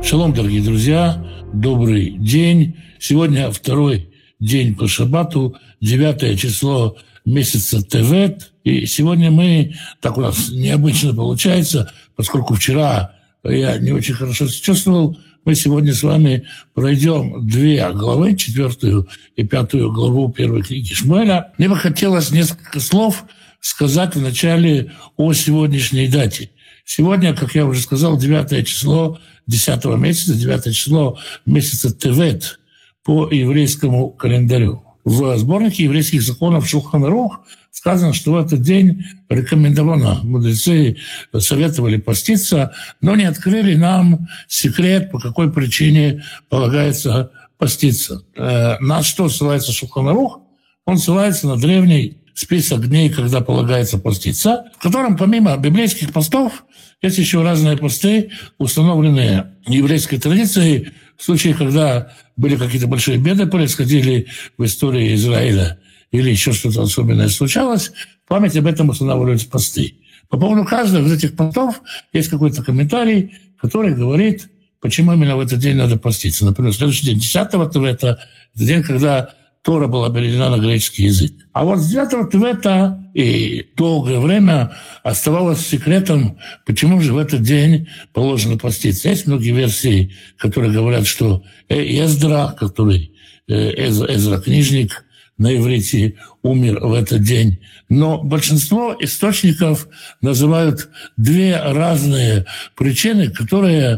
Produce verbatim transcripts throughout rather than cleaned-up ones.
Шалом, дорогие друзья, добрый день. Сегодня второй день по шаббату, девятое число месяца Тевет. И сегодня мы, так у нас необычно получается, поскольку вчера я не очень хорошо себя чувствовал, мы сегодня с вами пройдем две главы, четвертую и пятую главу первой книги Шмуэля. Мне бы хотелось несколько слов сказать вначале о сегодняшней дате. Сегодня, как я уже сказал, девятое число десятого месяца, девятое число месяца Тевет по еврейскому календарю. В сборнике еврейских законов Шулхан Арух сказано, что в этот день рекомендовано, мудрецы советовали поститься, но не открыли нам секрет, по какой причине полагается поститься. Э, на что ссылается Шулхан Арух? Он ссылается на древний список дней, когда полагается поститься, в котором помимо библейских постов есть еще разные посты, установленные еврейской традицией в случае, когда были какие-то большие беды, происходили в истории Израиля или еще что-то особенное случалось, в память об этом устанавливаются посты. По поводу каждого из этих постов есть какой-то комментарий, который говорит, почему именно в этот день надо поститься. Например, следующий день, десятого Тевета, это день, когда Тора была переведена на греческий язык. А вот с девятого Тевета и долгое время оставалось секретом, почему же в этот день положено поститься. Есть многие версии, которые говорят, что Эздра, который Эзра, Эзра книжник на иврите, умер в этот день. Но большинство источников называют две разные причины, которые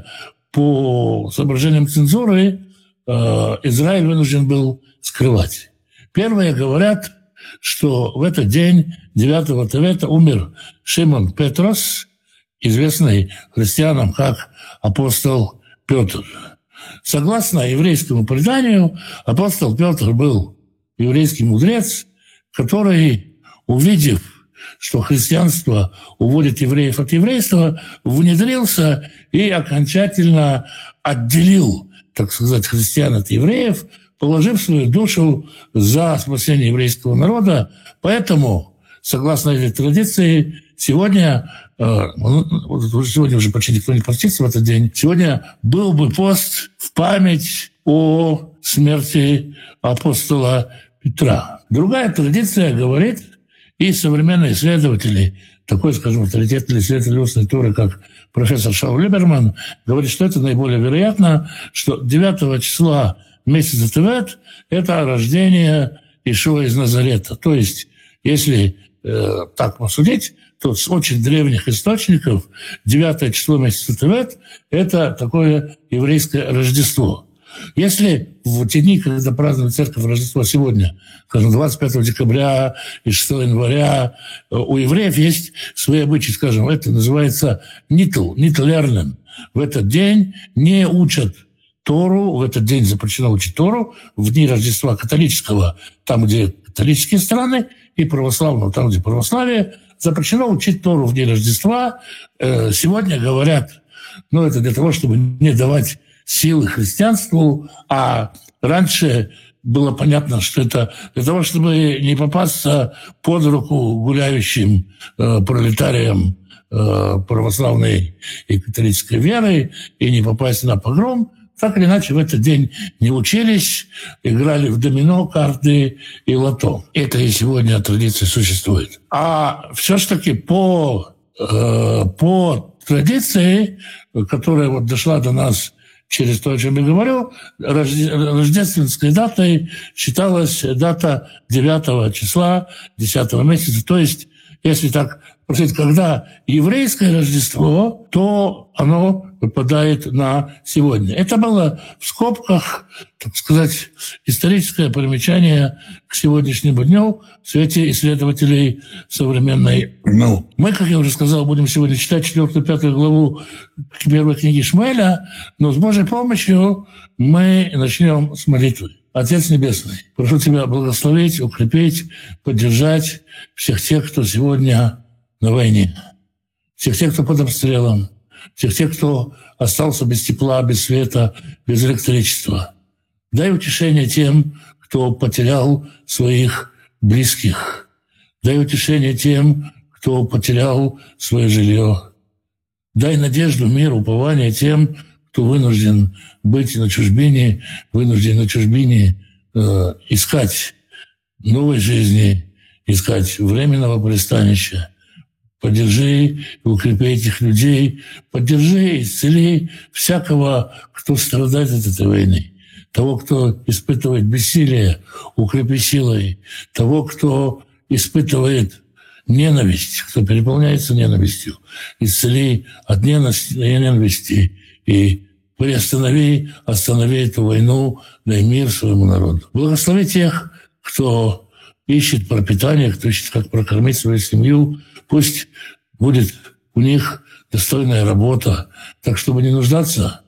по соображениям цензуры Израиль вынужден был скрывать. Первые говорят, что в этот день, девятого Тевета, умер Шимон Петрос, известный христианам как апостол Петр. Согласно еврейскому преданию, апостол Петр был еврейский мудрец, который, увидев, что христианство уводит евреев от еврейства, внедрился и окончательно отделил, так сказать, христиан от евреев, положив свою душу за спасение еврейского народа. Поэтому, согласно этой традиции, сегодня, э, сегодня уже почти никто не постится в этот день, сегодня был бы пост в память о смерти апостола Петра. Другая традиция говорит, и современные исследователи, такой, скажем, авторитетный исследователь устной Торы, как профессор Шаул Либерман, говорит, что это наиболее вероятно, что девятого числа месяца Тевет – это рождение Иешуа из Назарета. То есть, если э, так посудить, то с очень древних источников девятое число месяца Тевет – это такое еврейское Рождество. Если в те дни, когда празднует церковь Рождество сегодня, скажем, двадцать пятого декабря и шестого января, у евреев есть свои обычаи, скажем, это называется нитл, нитлернен. В этот день не учат Тору, в этот день запрещено учить Тору, в дни Рождества католического, там, где католические страны, и православного, там, где православие, запрещено учить Тору в дни Рождества. Сегодня говорят, ну, это для того, чтобы не давать силы христианству, а раньше было понятно, что это для того, чтобы не попасться под руку гуляющим э, пролетариям э, православной и католической веры и не попасть на погром. Так или иначе, в этот день не учились, играли в домино, карты и лото. Это и сегодня традиция существует. А все-таки по, э, по традиции, которая вот дошла до нас через то, о чем я говорю, рождественской датой считалась дата девятого числа десятого месяца. То есть, если так спросить, когда еврейское Рождество, то оно выпадает на сегодня. Это было в скобках, так сказать, историческое примечание к сегодняшнему дню в свете исследователей современной науки. Мы, как я уже сказал, будем сегодня читать четвертую, пятую главу первой книги Шмуэля, но с Божьей помощью мы начнем с молитвы. Отец Небесный, прошу Тебя благословить, укрепить, поддержать всех тех, кто сегодня на войне, всех тех, кто под обстрелом, всех тех, кто остался без тепла, без света, без электричества. Дай утешение тем, кто потерял своих близких. Дай утешение тем, кто потерял свое жилье. Дай надежду, мир, упование тем, кто вынужден быть на чужбине, вынужден на чужбине э, искать новой жизни, искать временного пристанища. Поддержи и укрепи этих людей, поддержи, исцели всякого, кто страдает от этой войны. Того, кто испытывает бессилие, укрепи силой. Того, кто испытывает ненависть, кто переполняется ненавистью, исцели от ненависти и приостанови, останови эту войну, дай мир своему народу. Благослови тех, кто ищет пропитание, кто ищет, как прокормить свою семью. Пусть будет у них достойная работа, так, чтобы не нуждаться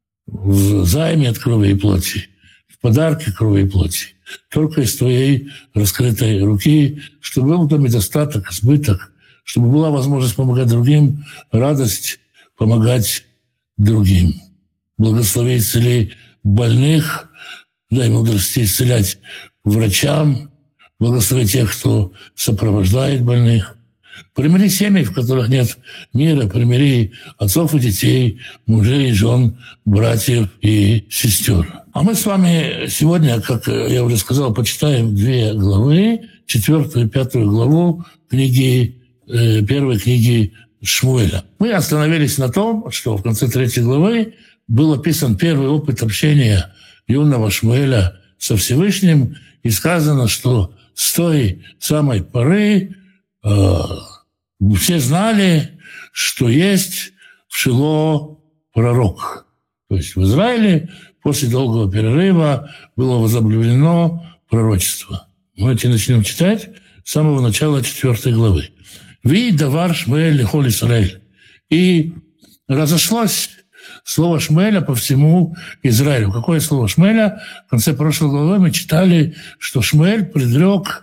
в займе от крови и плоти, в подарке крови и плоти, только из твоей раскрытой руки, чтобы был в доме достаток, избыток, чтобы была возможность помогать другим, радость помогать другим. Благослови, исцели больных, дай мудрости исцелять врачам, благослови тех, кто сопровождает больных. Примири семьи, в которых нет мира, примири отцов и детей, мужей и жен, братьев и сестер. А мы с вами сегодня, как я уже сказал, почитаем две главы, четвертую и пятую главу книги, э, первой книги Шмуэля. Мы остановились на том, что в конце третьей главы был описан первый опыт общения юного Шмуэля со Всевышним, и сказано, что с той самой поры э, все знали, что есть в Шило пророк. То есть в Израиле после долгого перерыва было возобновлено пророчество. Давайте начнем читать с самого начала четвертой главы. «Ви давар Шмуэль лихоль Исраэль». И разошлось слово Шмуэля по всему Израилю. Какое слово Шмуэля? В конце прошлой главы мы читали, что Шмуэль предрек,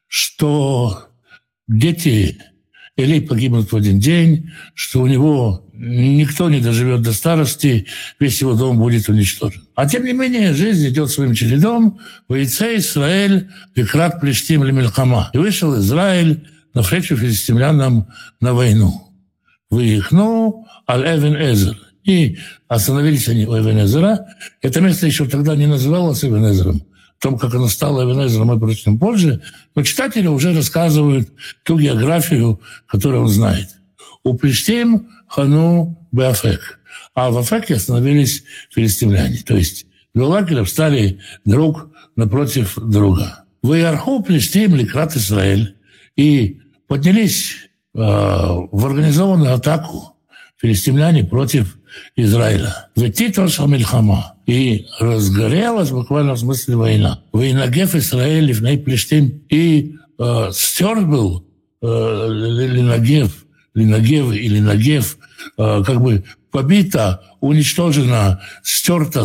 что дети Илей погибнут в один день, что у него никто не доживет до старости, весь его дом будет уничтожен. А тем не менее, жизнь идет своим чередом. «Ваице Исраэль векрат плештим лемельхама». И вышел Израиль навстречу филистимлянам на войну. «Выехну аль-Эвен-Эзер». И остановились они у Эвен-Эзера. Это место еще тогда не называлось Эвен-Эзером. О том, как оно стало Эвен-Эзером, мы прочтем позже. Но читатели уже рассказывают ту географию, которую он знает. У Плештим хану беафек. А в Афеке остановились филистимляне. То есть два лагеря встали друг напротив друга. «Ваярху Плештим ликрат Исраэль». И поднялись э, в организованную атаку филистимляне против Израиля. «Ветитош амильхама». И разгорелась буквально в смысле война. «Вейнагев Исраэль лифней Плештим». И э, стер был э, Линагев, Линагев и Линагев, э, как бы побито, уничтожено, стерто,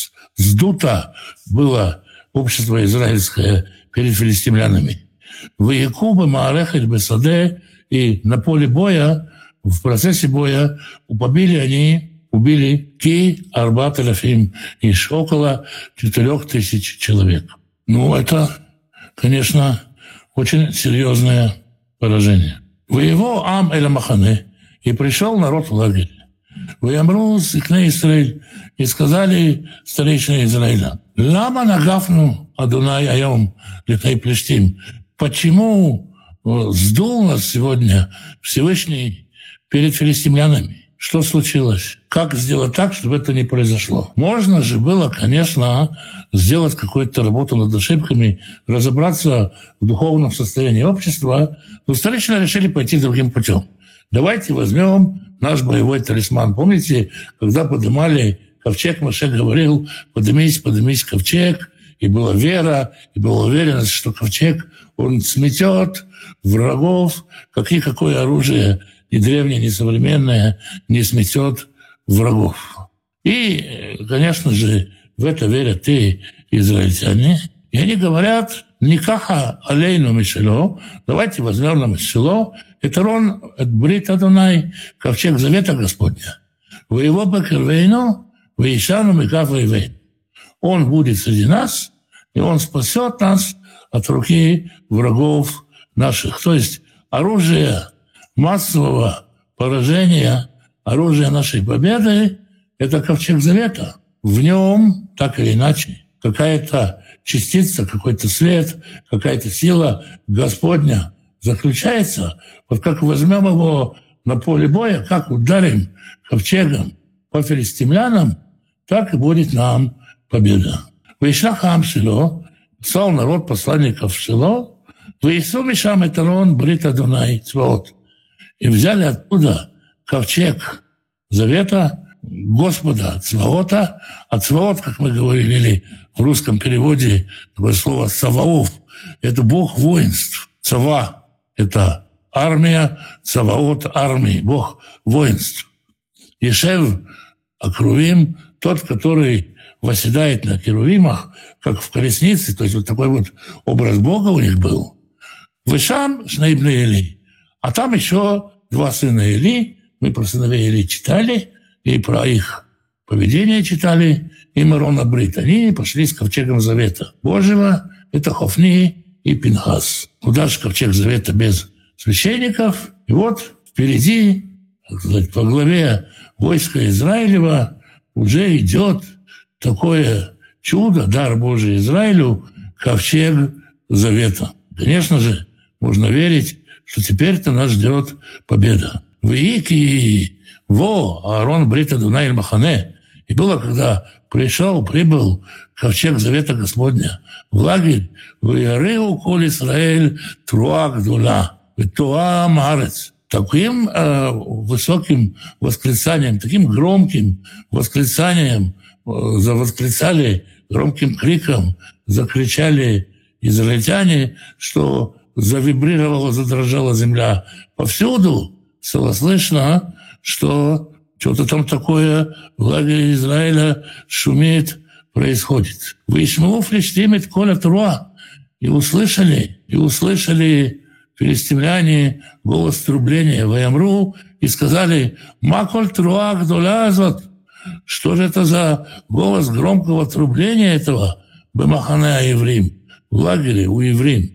сдуто было общество израильское перед филистимлянами. «В Якубе Маарехель Бесаде». И на поле боя, в процессе боя, побили они, убили ки арбат элафим, иш, около четырех тысяч человек. Ну, это, конечно, очень серьезное поражение. «Воево ам эля махане». И пришел народ в лагерь. «Воямру сикне Исраэль». И сказали старейшины Израиля: «Лама нагафну Адунай айом лифней Плештим». Почему сдул нас сегодня Всевышний перед филистимлянами? Что случилось? Как сделать так, чтобы это не произошло? Можно же было, конечно, сделать какую-то работу над ошибками, разобраться в духовном состоянии общества, но старейшины решили пойти другим путем. Давайте возьмем наш боевой талисман. Помните, когда поднимали ковчег, Моше говорил: поднимись, поднимись, ковчег. И была вера, и была уверенность, что ковчег, он сметет врагов, какие, какое оружие, ни древнее, ни современное, не сметет врагов. И, конечно же, в это верят и израильтяне. И они говорят: «Никаха алейну мишело». Давайте возьмем нам мишело. Это рон от брит Адонай, ковчег завета Господня. «Вы его бекервейну, вы ишану микафа ивейн». Он будет среди нас, и он спасет нас от руки врагов наших. То есть оружие массового поражения, оружие нашей победы это ковчег завета. В нем, так или иначе, какая-то частица, какой-то свет, какая-то сила Господня заключается. Вот как возьмем его на поле боя, как ударим ковчегом по филистимлянам, так и будет нам победа. «Вейшлах ам Шило», послал народ посланников в Шило, «Вейсу мишам эталон брит Адонай Цваот». И взяли оттуда ковчег завета Господа Цваота. А Цваот, как мы говорили в русском переводе, такое слово «Саваоф» — это бог воинств. Цава — это армия, Цаваот — армии, бог воинств. Ешев Акрувим — тот, который восседает на керувимах, как в колеснице, то есть вот такой вот образ Бога у них был. Вышам Шнейбны Или. А там еще два сына Или. Мы про сыновей Или читали, и про их поведение читали, и Марона Брит. Они пошли с ковчегом завета Божьего. Это Хофни и Пинхас. Куда же ковчег завета без священников? И вот впереди, так сказать, по главе войска Израилева уже идет такое чудо, дар Божий Израилю, ковчег завета. Конечно же, можно верить, что теперь-то нас ждет победа. Вики во Аарон Брит Адонай Махане. И было, когда пришел, прибыл ковчег завета Господня в лагерь, «Ваярeu кол Исраэль труа гдула, ветуам арец». Таким э, высоким восклицанием, таким громким восклицанием э, завосклицали, громким криком закричали израильтяне, что завибрировала, задрожала земля. Повсюду стало слышно, что что-то там такое в лагере Израиля шумит, происходит. «Вишму флиштимит коля труа». И услышали, и услышали филистимляне голос трубления «Ваямру» и сказали «Маколь труа гдоля азот». Что же это за голос громкого трубления этого бемахане еврим, в лагере у еврим?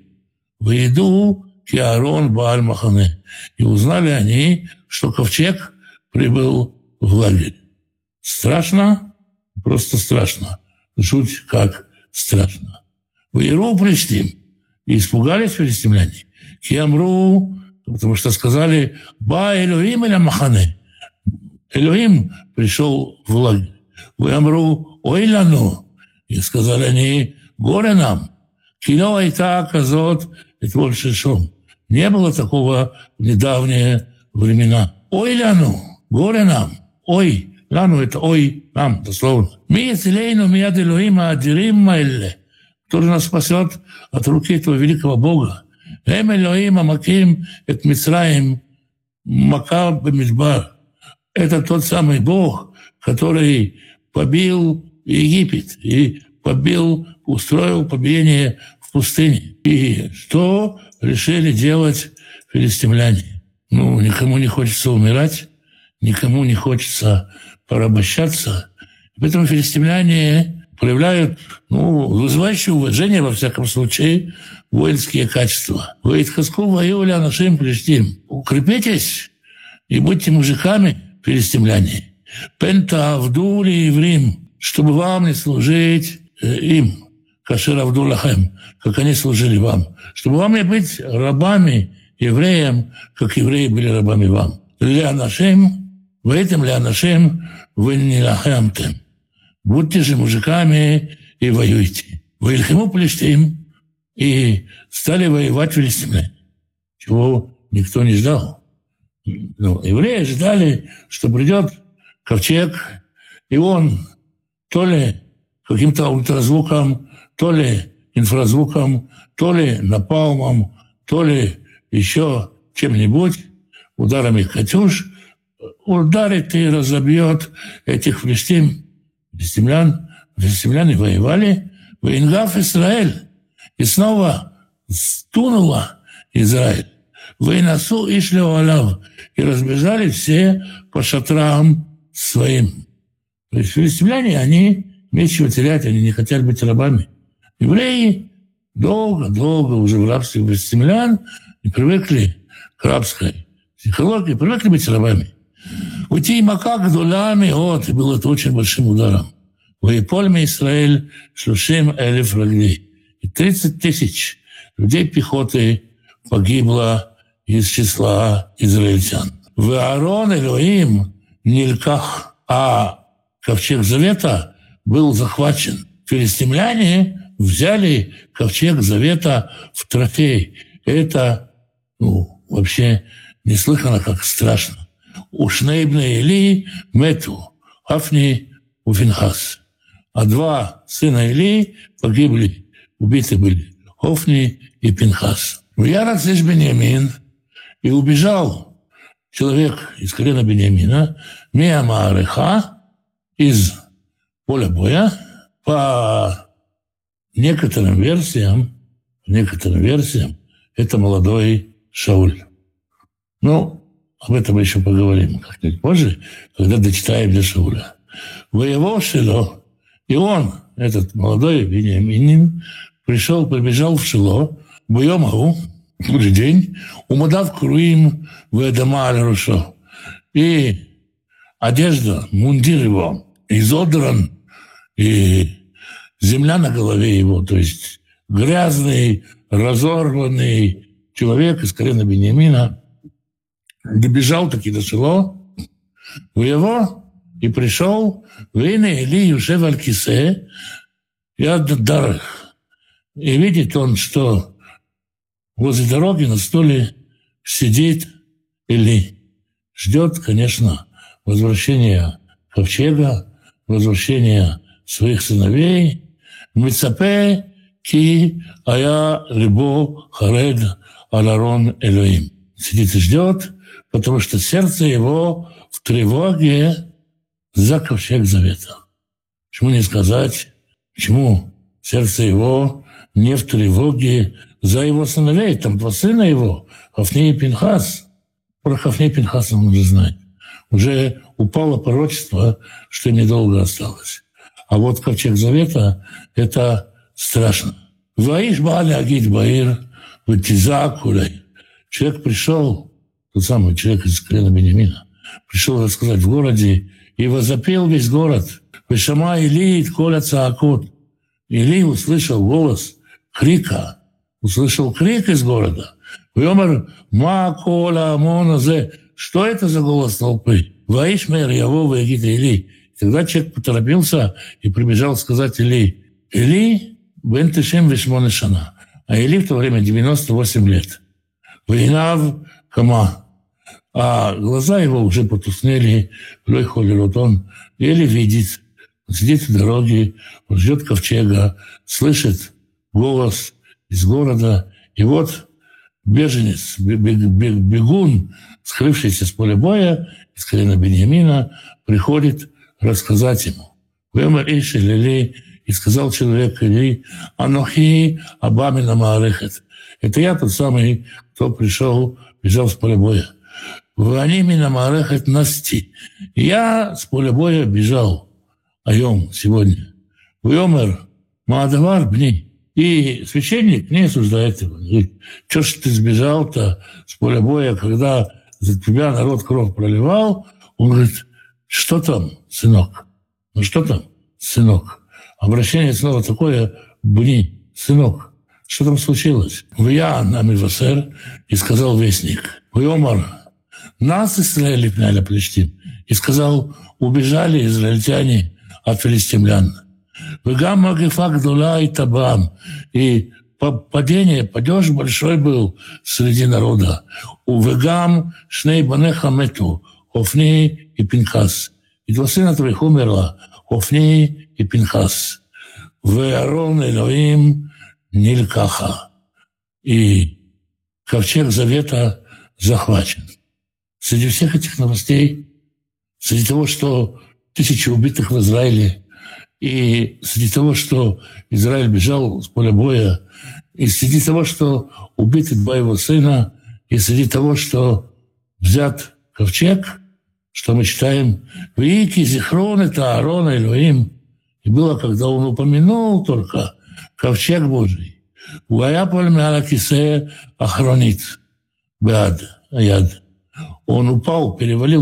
«Ваиду ки Аарон бааль махане». И узнали они, что ковчег прибыл в лагерь. Страшно? Просто страшно. Жуть как страшно. «Ваиру плештим». И испугались филистимляне. Киамру, потому что сказали «Ба Элоим иля махане». Элоим пришел в лагерь. «Ваямру ой лану». И сказали они «Горе нам». «Кило айта казот этволь шишом». Не было такого в недавние времена. «Ой ляну», «Горе нам». «Ой», «Лану» — это «Ой» нам, дословно. «Ми ецелейну мияд Элоима адирим маэлле». Кто же нас спасет от руки этого великого Бога? «Эм Элоим амаким эт Мицраим мака бемидбар». Это тот самый Бог, который побил Египет и побил, устроил побиение в пустыне. И что решили делать филистимляне? Ну, никому не хочется умирать, никому не хочется порабощаться. Поэтому филистимляне проявляют, ну, вызывающее уважение, во всяком случае, воинские качества. «Ваитхаску ваюля нашим плештим». Укрепитесь и будьте мужиками, филистимляне. «Пента авдули еврим», чтобы вам не служить э, им, кашер авдулахем, как они служили вам. Чтобы вам не быть рабами евреям, как евреи были рабами вам. «Леанашем, в этом леанашем вы не лахемтем». Будьте же мужиками и воюйте. «Ваильхему плештим», и стали воевать филистимляне, чего никто не ждал. Ну, евреи ждали, что придет ковчег, и он то ли каким-то ультразвуком, то ли инфразвуком, то ли напалмом, то ли еще чем-нибудь, ударами «Катюш», ударит и разобьет этих филистим, филистимлян. Филистимляне воевали. «Ваингав Исраэль». И снова стунула Израиль. «Ваинасу ишли олав». И разбежали все по шатрам своим. То есть филистимляне, они нечего терять, они не хотят быть рабами. Евреи долго-долго уже в рабстве филистимлян и привыкли к рабской психологии, привыкли быть рабами. Уйти мака гдулями, вот, и было это очень большим ударом. Воепольме Израиль шлушим элев раглей. И тридцать тысяч людей пехоты погибло из числа израильтян. В Аарон Элоим Нильках, а ковчег Завета был захвачен. Филистимляне взяли ковчег Завета в трофей. Это, ну, вообще неслыханно, как страшно. Ушнейбны Или мету, Афни Уфинхас. А два сына Или погибли, убиты были, Хофни и Пинхас. В Ярат лишь Беньямин, и убежал человек из колена Беньямина, Миамаареха, из поля боя, по некоторым версиям, по некоторым версиям, это молодой Шауль. Ну, об этом мы еще поговорим как-нибудь позже, когда дочитаем для Шауля. Воевал Шило, и он, этот молодой Беньяминин, пришел, прибежал в Шило, Бойомагу, в тот же день, умудав круим в Эдама аль-Рушо. И одежда, мундир его изодран, и земля на голове его, то есть грязный, разорванный человек из колена Беньямина, добежал таки до Шило, в его, и пришел, «Вейне Или юшев аль-кисе, яд дарах». И видит он, что возле дороги на стуле сидит Или. Ждет, конечно, возвращения ковчега, возвращения своих сыновей. «Мицапе ки ая либо харед аларон Элоим». Сидит и ждет, потому что сердце его в тревоге за ковчег Завета. Почему не сказать, почему сердце его не в тревоге за его сыновей? Там два сына его, Хофни и Пинхас. Про Хофни и Пинхаса он уже знает. Уже упало пророчество, что недолго осталось. А вот ковчег Завета – это страшно. «Ваиш баали агид баир, ватиза кулей». Человек пришел, тот самый человек из колена Беньямина, пришел рассказать в городе, и возопил весь город. «Вешама Или коля цаакут». Или услышал голос крика, услышал крик из города. «Вьомер ма кола амоназе». Что это за голос толпы? «Ваиш мэр яво ваегит Или». И тогда человек поторопился и прибежал сказать Или. Или бен тешем вешмоне шана. А Или в то время девяносто восемь лет. «Вейнав кама». А глаза его уже потускнели, он еле видит, он сидит в дороге, он ждет ковчега, слышит голос из города, и вот беженец, бегун, скрывшийся с поля боя, из колена Беньямина, приходит рассказать ему. «Вемер иши лили», и сказал человек Или, «Анохи абамина маарехет». Это я тот самый, кто пришел, бежал с поля боя. «Вани мина маарехет насти». Я с поля боя бежал, айом, сегодня. «Вемер маадавар бни». И священник не осуждает его. Говорит: «Чё ж ты сбежал-то с поля боя, когда за тебя народ кровь проливал?» Он говорит: «Что там, сынок? Ну что там, сынок?» Обращение снова такое: «Бни, сынок, что там случилось?» «Вя нами васер», и сказал вестник. «Вьомар нас Израиль пняли плештим», и сказал: убежали израильтяне от филистимлян. «Вегам магифа гдула и табам», и падение, падеж большой был среди народа. «Увегам шней банеха мету, Хофни и Пинхас». И два сына твоих умерла, Хофни и Пинхас. «Веарон Элоим нилькаха». И ковчег Завета захвачен. Среди всех этих новостей, среди того, что тысячи убитых в Израиле, и среди того, что Израиль бежал с поля боя, и среди того, что убиты два его сына, и среди того, что взят ковчег, что мы читаем «Великий зихрон это Аарон Элоим». И было, когда он упомянул только ковчег Божий. «Уаяполь мяла кисе охранит беад аяд». Он упал, перевалился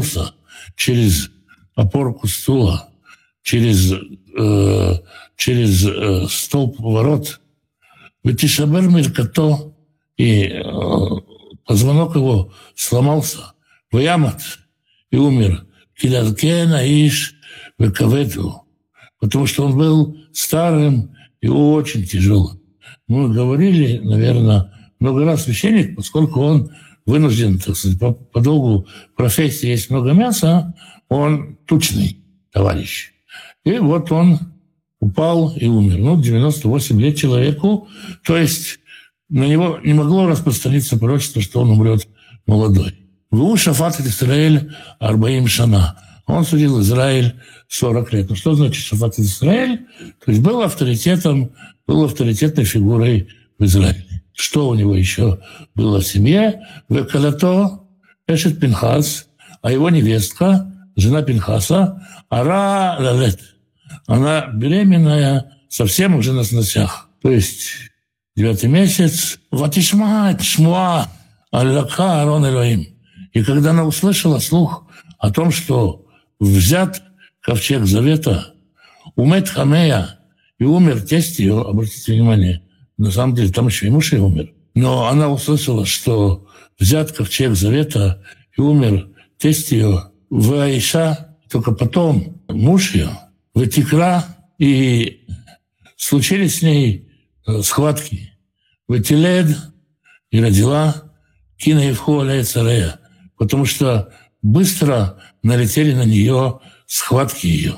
через опорку стула, через, э, через э, столб ворот. Вытишабер миркато, и э, позвонок его сломался. Ваямат, и умер. Киларкена иш векавету, потому что он был старым и очень тяжелым. Мы говорили, наверное, много раз священник, поскольку он вынужден, так сказать, по, по долгу профессии есть много мяса, он тучный товарищ. И вот он упал и умер. Ну, девяносто восемь лет человеку, то есть на него не могло распространиться пророчество, что он умрет молодой. Ву шафат Исраэль арбаим шана. Он судил Израиль сорок лет. Ну, что значит шафат Израиль? То есть был авторитетом, был авторитетной фигурой в Израиле. Что у него еще было в семье? Векалато эшет Пинхас, а его невестка, жена Пинхаса, ара лалет. Она беременная, совсем уже на сносях. То есть девятый месяц. Ватишмаат шмуа аллаха арон элоим. И когда она услышала слух о том, что взят ковчег завета, умет хамея, и умер тесть ее, обратите внимание, на самом деле там еще и муж ее умер. Но она услышала, что взят ковчег завета, и умер тесть ее, в Аиша, только потом муж ее, вытекла, и случились с ней схватки. Вытилед, и родила Кина Евху аля царея, потому что быстро налетели на нее схватки ее.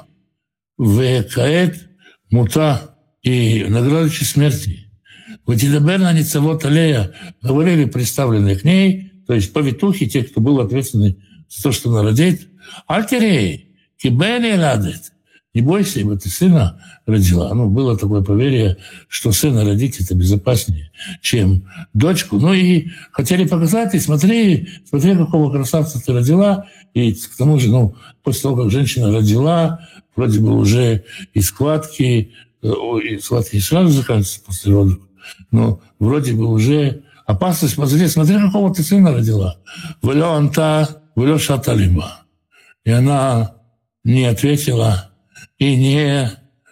Векаэт мута, и на градусе смерти. Ватидаберна ницавот алея, говорили представленные к ней, то есть повитухи, те, кто был ответственный за то, что она родит. Альтерей, кибени ладет. Не бойся, ибо ты сына родила. Ну, было такое поверье, что сына родить это безопаснее, чем дочку. Ну и хотели показать, и смотри, смотри, какого красавца ты родила. И к тому же, ну, после того, как женщина родила, вроде бы уже и складки, и складки сразу заканчиваются после родов, но вроде бы уже опасность, смотри, смотри, какого ты сына родила. Вылё анта, вылё шаталиба. И она не ответила, и не,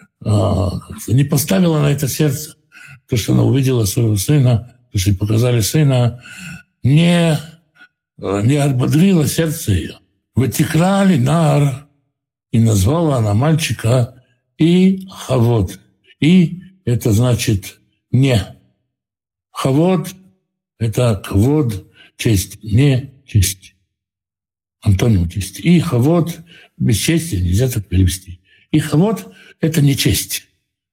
не поставила на это сердце. То, что она увидела своего сына, то, что ей показали сына, не, не ободрило сердце ее. Вытекрали нар, и назвала она мальчика и Хавод. И это значит не. Хавод – это квод, честь, не честь. Антоним честь. И Хавод – бесчестие, нельзя так перевести. И хавод – это не честь.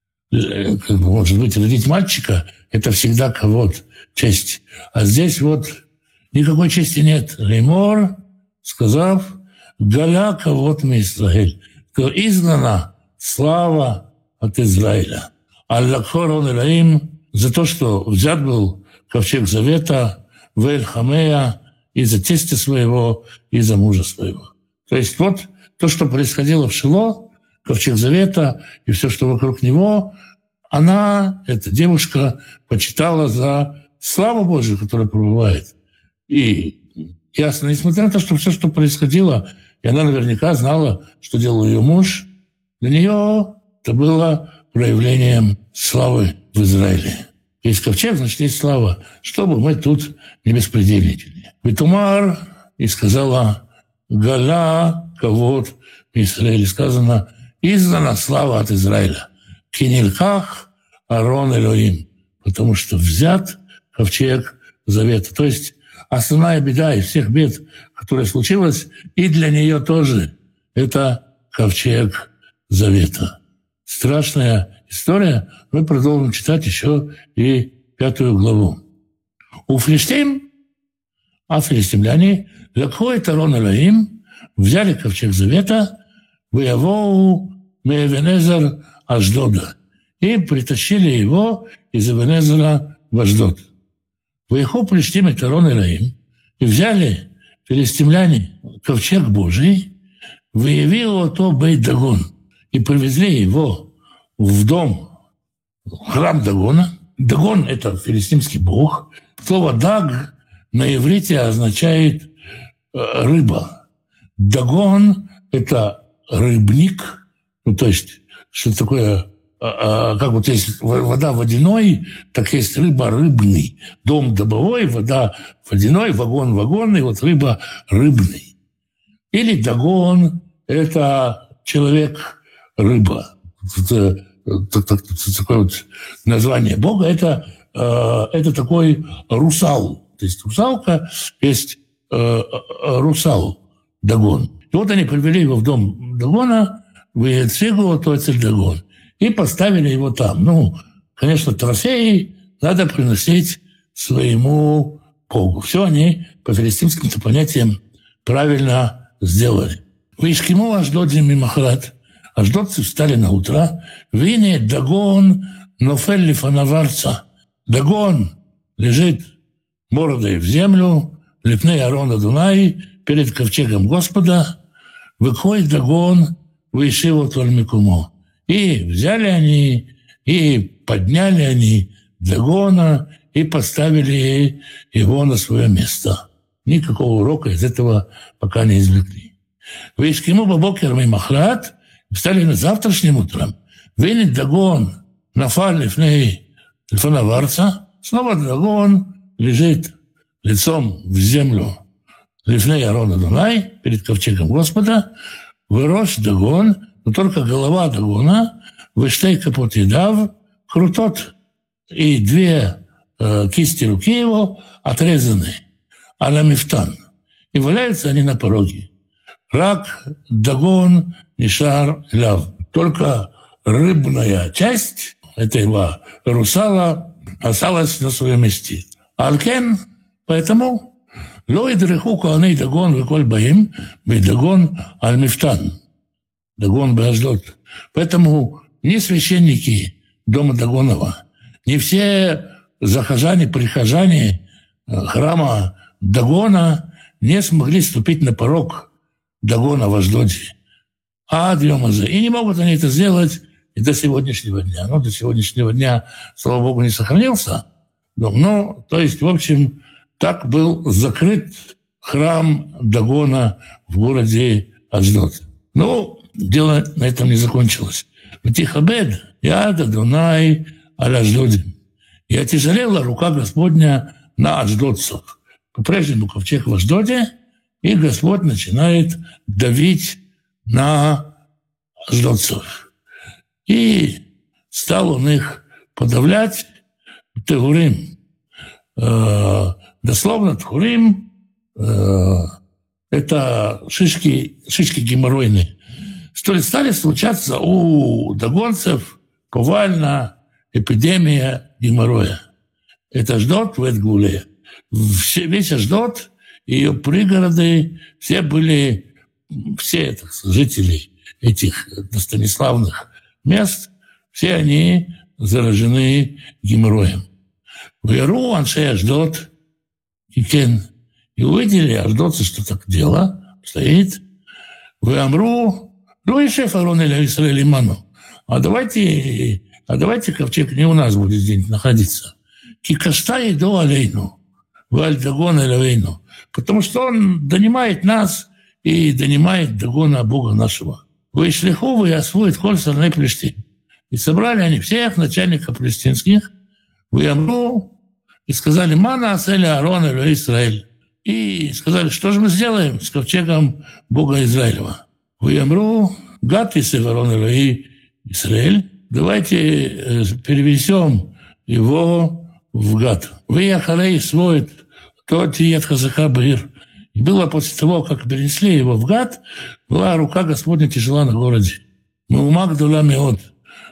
Как бы, может быть, родить мальчика – это всегда кавод, честь. А здесь вот никакой чести нет. Леймор, сказав, галя кавод ми Исраэль. Изгнана слава от Израиля. Аллахор он элаим за то, что взят был ковчег завета, вэль хамея, и за тестя своего, и за мужа своего. То есть вот то, что происходило в Шило, ковчег завета и все, что вокруг него, она, эта девушка, почитала за славу Божию, которая пребывает. И ясно, несмотря на то, что все, что происходило, и она наверняка знала, что делал ее муж, для нее это было проявлением славы в Израиле. Есть ковчег, значит, есть слава, чтобы мы тут не беспредельничали. Витумар, и сказала, галя, кавод, в Израиле сказано, изгнана слава от Израиля. Кинильках Арон Элоим, потому что взят ковчег завета. То есть основная беда из всех бед, которая случилась, и для нее тоже, это ковчег завета. Страшная история. Мы продолжим читать еще и пятую главу. У филистим, а филистимляне, лакхой Арон Элоим, взяли ковчег завета, Выявоу Меэвенезер Аждода, и притащили его из Эвенезера в Аждод. Выеху Плештим и Арон Элоим, и взяли филистимляне ковчег Божий, выявил его то Бейт Дагон, и привезли его в дом, в храм Дагона. Дагон – это филистимский бог. Слово «даг» на иврите означает «рыба». Дагон – это рыбник, ну, то есть, что такое, а, а, как вот есть вода водяной, так есть рыба рыбный. Дом добовой, вода водяной, вагон вагонный, вот рыба рыбный. Или Дагон – это человек-рыба. Такое вот название Бога – это, это такой русал. То есть русалка, есть русал Дагон. И вот они привели его в дом Дагона, в Ецигу, то есть Дагон, и поставили его там. Ну, конечно, трофеи надо приносить своему Богу. Все они по филистимским понятиям правильно сделали. Вишкиму Ашдодим мимахрат. Ашдодцы встали на утро. Вине Дагон нофель лифанаварца. Дагон лежит мордой в землю, лепней Арона Дунай, перед ковчегом Господа. Выходит Дагон, вышиву Тольмикумо. И взяли они, и подняли они Дагона, и поставили его на свое место. Никакого урока из этого пока не извлекли. Вишкиму бабокер мимахрат. Встали на завтрашним утром. Винит Дагон нафаль лифней лифанаварца. Снова Дагон лежит лицом в землю лифней Арона Дунай, перед ковчегом Господа. Вырос Дагон, но только голова Дагона, выштей капот едав, крутот, и две э, кисти руки его отрезаны, а на мифтан. И валяются они на пороге. Рак, Дагон, Нишар, Ляв. Только рыбная часть этого русала осталась на своем месте. Алкен, поэтому ло идреху коаней Дагон веколь баим, бей Дагон аль-мифтан. Дагон беаждот. Поэтому ни священники дома Дагонова, ни все захожане, прихожане храма Дагона не смогли ступить на порог Дагона в Ашдоде. А Адьомазе. И не могут они это сделать и до сегодняшнего дня. Ну, до сегодняшнего дня, слава богу, не сохранился. Ну, то есть, в общем, так был закрыт храм Дагона в городе Ашдод. Ну, дело на этом не закончилось. Ватихабед, яда Дунай аль Ашдодим. И отяжелела рука Господня на ашдодцев. По-прежнему ковчег в Ашдоде, и Господь начинает давить на ашдодцев. И стал он их подавлять. Тегурим. Э, дословно Тегурим э, – это шишки, шишки геморройные. Что ли стали случаться у дагонцев повально эпидемия геморроя. Это Ашдод в Эдгуле. Весь Ашдод и ее пригороды, все были, все так, жители этих достаниславных мест, все они заражены геморроем. В Яру Аншей Ашдод и Кен. И увидели ашдодцы, что так дело стоит. В Амру, ну и шеф Арон или Исраэль Иману. А давайте, а давайте ковчег не у нас будет здесь находиться. Кикашта и до алейну. Валь Дагон элевейну. Потому что он донимает нас и донимает Дагона, Бога нашего. Вы шлиху, вы освоит коль сарней Палестин. И собрали они всех начальников палестинских в Ямру и сказали: «Мана аселя Арон эле Исраэль». И сказали: что же мы сделаем с ковчегом Бога Израилева? В Ямру гад и Арон эле Исраэль. Давайте перевезем его в Гад. Вы Яхарей сводит тот Иет Хазака Баир. И было после того, как перенесли его в Гад, была рука Господня тяжела на городе. Мы у Магдула Меот.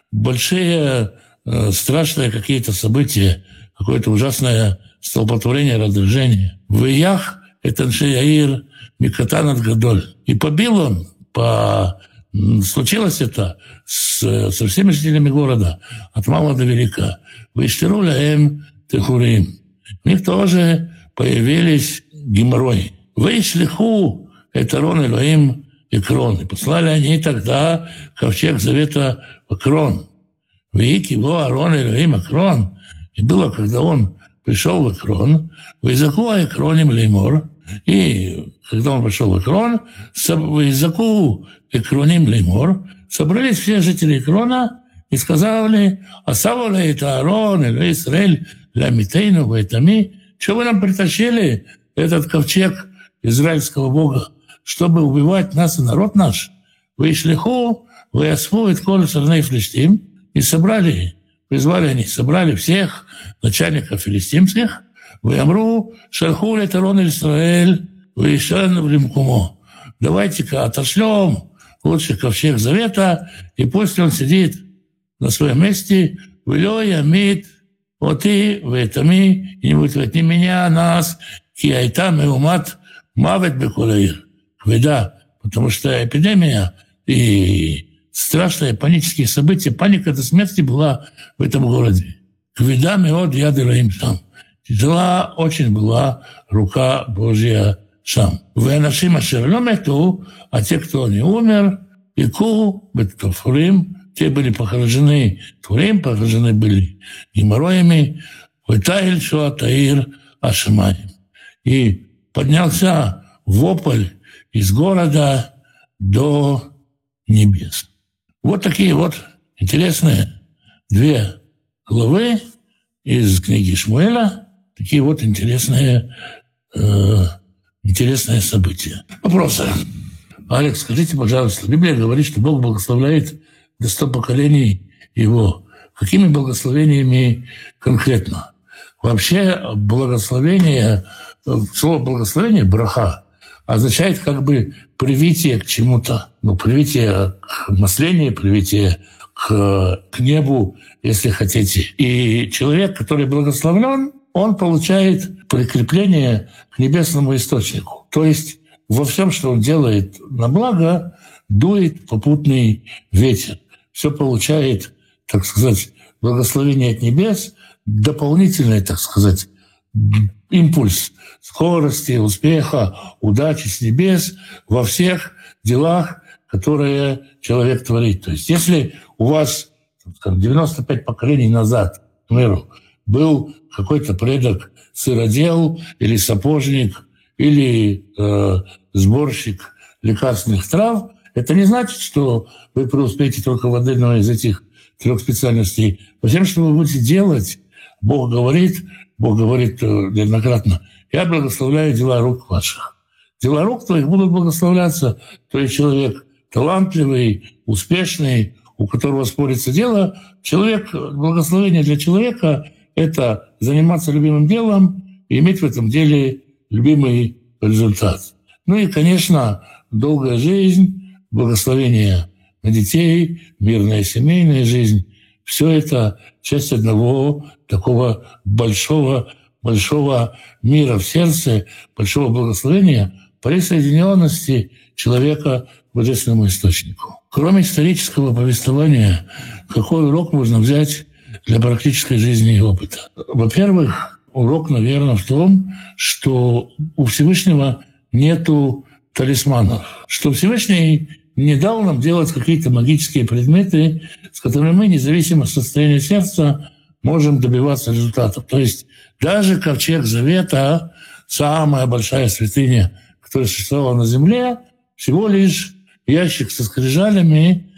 Большие, э, страшные какие-то события, какое-то ужасное столпотворение, разрежение. В Иях это Аншеяир Микатанат Гадоль. И побил он, по... случилось это с, со всеми жителями города, от мала до велика. Выштеруля эм Техурим. У них тоже появились геморрои. Вышлиху это Рон Элоим и Крон. И послали они тогда ковчег завета в Крон. Вики его Арон Элоим и Крон. И было, когда он пришел в Крон, в языку Экроним Леймор, и когда он пошел в Экрон, в языку Экроним Леймор, собрались все жители Экрона и сказали: «Асаву лейт Аарон, эль Исраэль, лямитейну, вайтами». Что вы нам притащили этот ковчег израильского Бога, чтобы убивать нас и народ наш? Вы шлиху, вы осву, и коль сарней филистим. И собрали, призвали они, собрали всех начальников филистимских. Вы амру, шарху лейт Аарон, эль Исраэль, вы ишан в лимкумо. Давайте-ка отошлем лучше ковчег завета, и пусть он сидит на своем месте, в Илёя, Мид, вот и в этом и не будет ни меня, нас, киайтам и умат, мавет бекулаир. Кведа, потому что эпидемия и страшные панические события, паника до смерти была в этом городе. Кведа меод яд Элоим там. Тяжела очень была рука Божья сам. Венашим ашерлом эту, а те, кто не умер, ику беттофурим, те были похоронены Турим, похоронены были геморроями, Витаиль Шуатаир Ашимаем. И поднялся вопль из города до небес. Вот такие вот интересные две главы из книги Шмуэля, такие вот интересные, э, интересные события. Вопросы. Алекс, скажите, пожалуйста, Библия говорит, что Бог благословляет до сто поколений его. Какими благословениями конкретно? Вообще благословение, слово благословение, браха, означает как бы привитие к чему-то. Ну, привитие к маслению, привитие к, к небу, если хотите. И человек, который благословлен, он получает прикрепление к небесному источнику. То есть во всем, что он делает на благо, дует попутный ветер. Все получает, так сказать, благословение от небес, дополнительный, так сказать, импульс скорости, успеха, удачи с небес во всех делах, которые человек творит. То есть если у вас, скажем, девяносто пять поколений назад, к примеру, был какой-то предок сыродел или сапожник, или э, сборщик лекарственных трав, это не значит, что вы преуспеете только в одной из этих трех специальностей. По всем, что вы будете делать, Бог говорит, Бог говорит неоднократно: «Я благословляю дела рук ваших». Дела рук твоих будут благословляться. То есть человек талантливый, успешный, у которого спорится дело. Человек, благословение для человека — это заниматься любимым делом и иметь в этом деле любимый результат. Ну и, конечно, долгая жизнь, благословение на детей, мирная семейная жизнь — все это часть одного такого большого, большого мира в сердце, большого благословения, присоединенности человека к божественному источнику. Кроме исторического повествования, какой урок можно взять для практической жизни и опыта? Во-первых, урок, наверное, в том, что у Всевышнего нету талисманов, что Всевышний не дал нам делать какие-то магические предметы, с которыми мы, независимо от состояния сердца, можем добиваться результатов. То есть даже ковчег Завета, самая большая святыня, которая существовала на земле, всего лишь ящик со скрижалями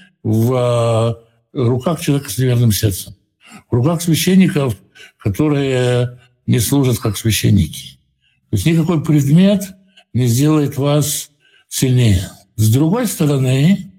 в руках человека с неверным сердцем, в руках священников, которые не служат как священники. То есть никакой предмет не сделает вас сильнее. С другой стороны,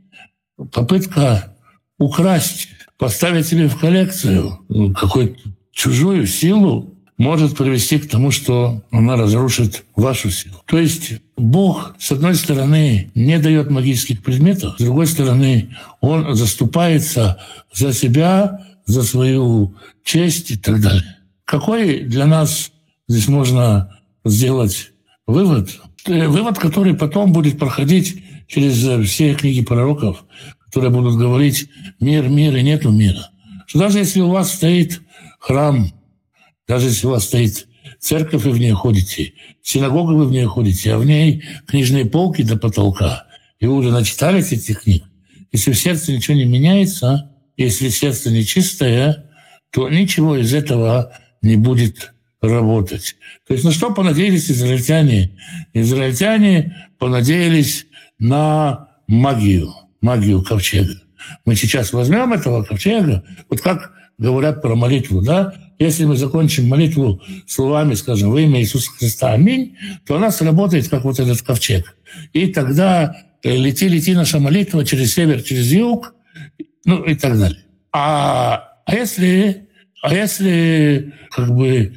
попытка украсть, поставить себе в коллекцию какую-то чужую силу может привести к тому, что она разрушит вашу силу. То есть Бог, с одной стороны, не дает магических предметов, с другой стороны, Он заступается за себя, за свою честь и так далее. Какой для нас здесь можно сделать вывод? Вывод, который потом будет проходить через все книги пророков, которые будут говорить «мир, мир» и «нету мира». Что даже если у вас стоит храм, даже если у вас стоит церковь, и в ней ходите, синагога, вы в ней ходите, а в ней книжные полки до потолка, и вы уже начитались этих книг, если в сердце ничего не меняется, если сердце нечистое, то ничего из этого не будет работать. То есть на что понадеялись израильтяне? Израильтяне понадеялись на магию, магию ковчега. Мы сейчас возьмем этого ковчега, вот как говорят про молитву, да? Если мы закончим молитву словами, скажем, во имя Иисуса Христа, аминь, то она сработает, как вот этот ковчег. И тогда лети, лети наша молитва через север, через юг, ну и так далее. А, а если, а если как бы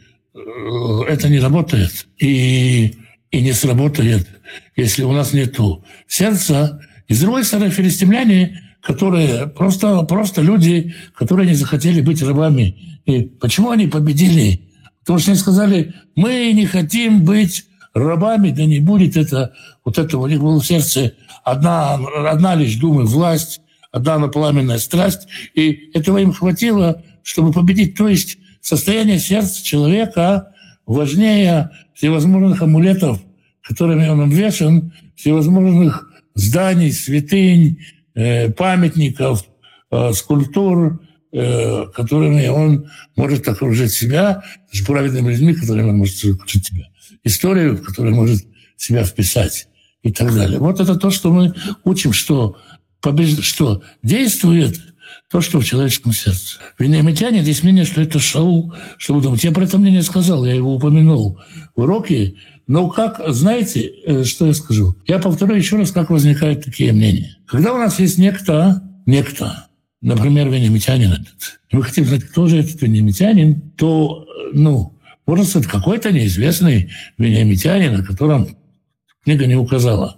это не работает и, и не сработает, если у нас нету сердца, и с другой стороны, филистимляне, которые просто, просто люди, которые не захотели быть рабами. И почему они победили? Потому что они сказали, мы не хотим быть рабами, да не будет это, вот это у них было в сердце одна, одна лишь, думаю, власть, одна пламенная страсть, и этого им хватило, чтобы победить. То есть состояние сердца человека важнее всевозможных амулетов, которыми он обвешан, всевозможных зданий, святынь, э, памятников, э, скульптур, э, которыми он может окружить себя, с праведными людьми, которыми он может окружить себя, историю, в которую может себя вписать и так далее. Вот это то, что мы учим, что, побеж... что действует то, что в человеческом сердце. Вениамитяне, здесь мнение, что это Шаул. Что вы думаете? Я про это мнение сказал, я его упомянул в уроке. Но как, знаете, что я скажу? Я повторю еще раз, как возникают такие мнения. Когда у нас есть некто, некто, например, вениамитянин этот, и мы хотим знать, кто же этот вениамитянин, то, ну, может сказать, какой-то неизвестный вениамитянин, о котором книга не указала.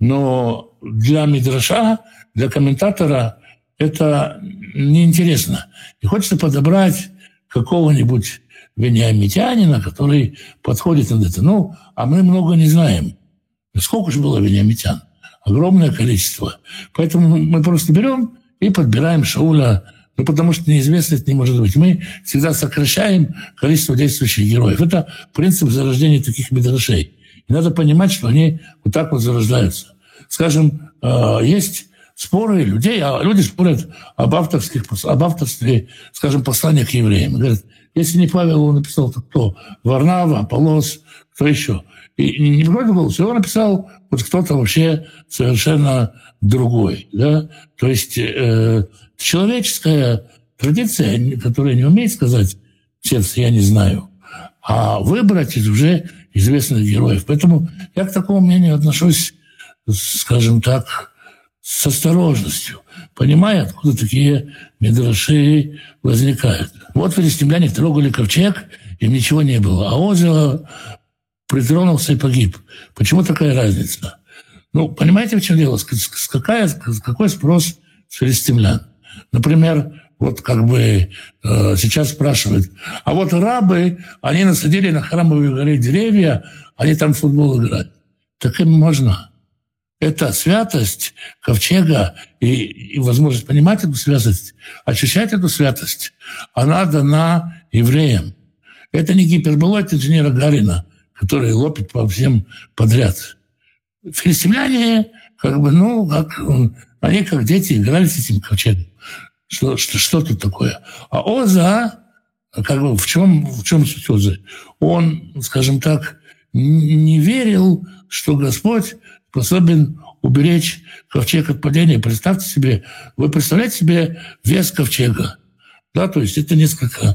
Но для мидраша, для комментатора это неинтересно. И хочется подобрать какого-нибудь вениамитянина, который подходит над это. Ну, а мы много не знаем. Сколько же было вениамитян? Огромное количество. Поэтому мы просто берем и подбираем Шауля, ну, потому что неизвестно это не может быть. Мы всегда сокращаем количество действующих героев. Это принцип зарождения таких мидрашей. И надо понимать, что они вот так вот зарождаются. Скажем, есть споры людей, а люди спорят об, авторских, об авторстве, скажем, послания к евреям. Говорят, если не Павел его написал, то кто? Варнава, Аполлос, кто еще? И не вроде был, его написал вот кто-то вообще совершенно другой. Да? То есть э, человеческая традиция, которая не умеет сказать в сердце «я не знаю», а выбрать из уже известных героев. Поэтому я к такому мнению отношусь, скажем так, с осторожностью, понимая, откуда такие мидраши возникают. Вот филистимляне трогали ковчег, им ничего не было. А Озеа притронулся и погиб. Почему такая разница? Ну, понимаете, в чем дело? Какая, какой спрос с филистимлян? Например, вот как бы э, сейчас спрашивают, а вот рабы, они насадили на храмовой горе деревья, они там в футбол играют. Так им можно. Это святость ковчега и, и возможность понимать эту святость, ощущать эту святость, она дана евреям. Это не гиперболоид инженера Гарина, который лопит по всем подряд. Филистимляне, как бы, ну, как, они как дети играли с этим ковчегом. Что, что, что тут такое? А Оза, как бы, в чем, в чем суть Озы? Он, скажем так, не верил, что Господь способен уберечь ковчег от падения. Представьте себе, вы представляете себе вес ковчега. Да, то есть это несколько,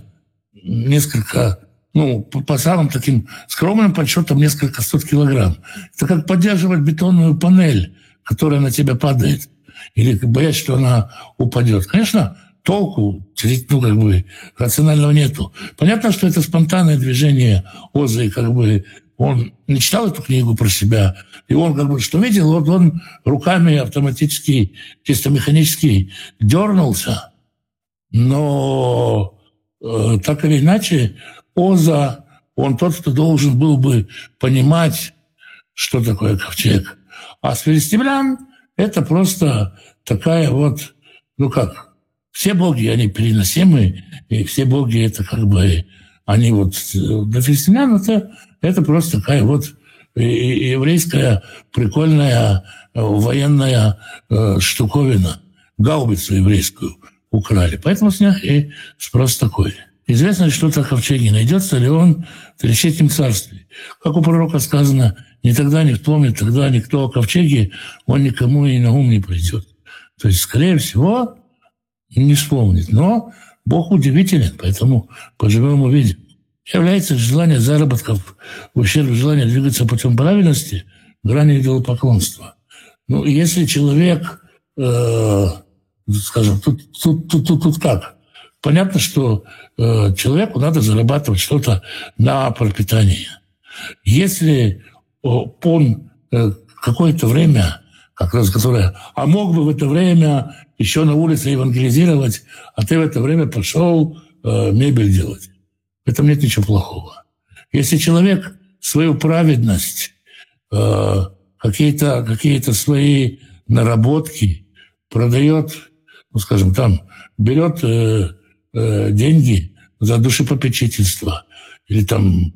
несколько, ну, по, по самым таким скромным подсчетам, несколько сот килограмм. Это как поддерживать бетонную панель, которая на тебя падает, или боясь, что она упадет. Конечно, толку, ну, как бы, рационального нету. Понятно, что это спонтанное движение Озы, как бы, он не читал эту книгу про себя, и он как бы что видел, вот он руками автоматически, чисто механически дернулся. Но э, так или иначе, Оза, он тот, кто должен был бы понимать, что такое ковчег. А с филистимлян это просто такая вот, ну как, все боги, они переносимы, и все боги это как бы, они вот, для филистимлян это Это просто такая вот еврейская прикольная военная штуковина. Гаубицу еврейскую украли. Поэтому с них и спрос такой. Известно ли что-то о ковчеге? Найдется ли он в Тысячелетнем царстве? Как у пророка сказано, ни тогда не вспомнит, тогда никто о ковчеге, он никому и на ум не придет. То есть, скорее всего, не вспомнит. Но Бог удивителен, поэтому поживем увидим. Является желание заработков в ущерб желанию двигаться путем праведности грани идолопоклонства. Ну, если человек, э, скажем, тут, тут, тут, тут, тут как? Понятно, что э, человеку надо зарабатывать что-то на пропитание. Если он э, какое-то время, как раз которое, а мог бы в это время еще на улице евангелизировать, а ты в это время пошел э, мебель делать. В этом нет ничего плохого. Если человек свою праведность, э, какие-то, какие-то свои наработки продает, ну, скажем, там, берет э, э, деньги за душепопечительство или там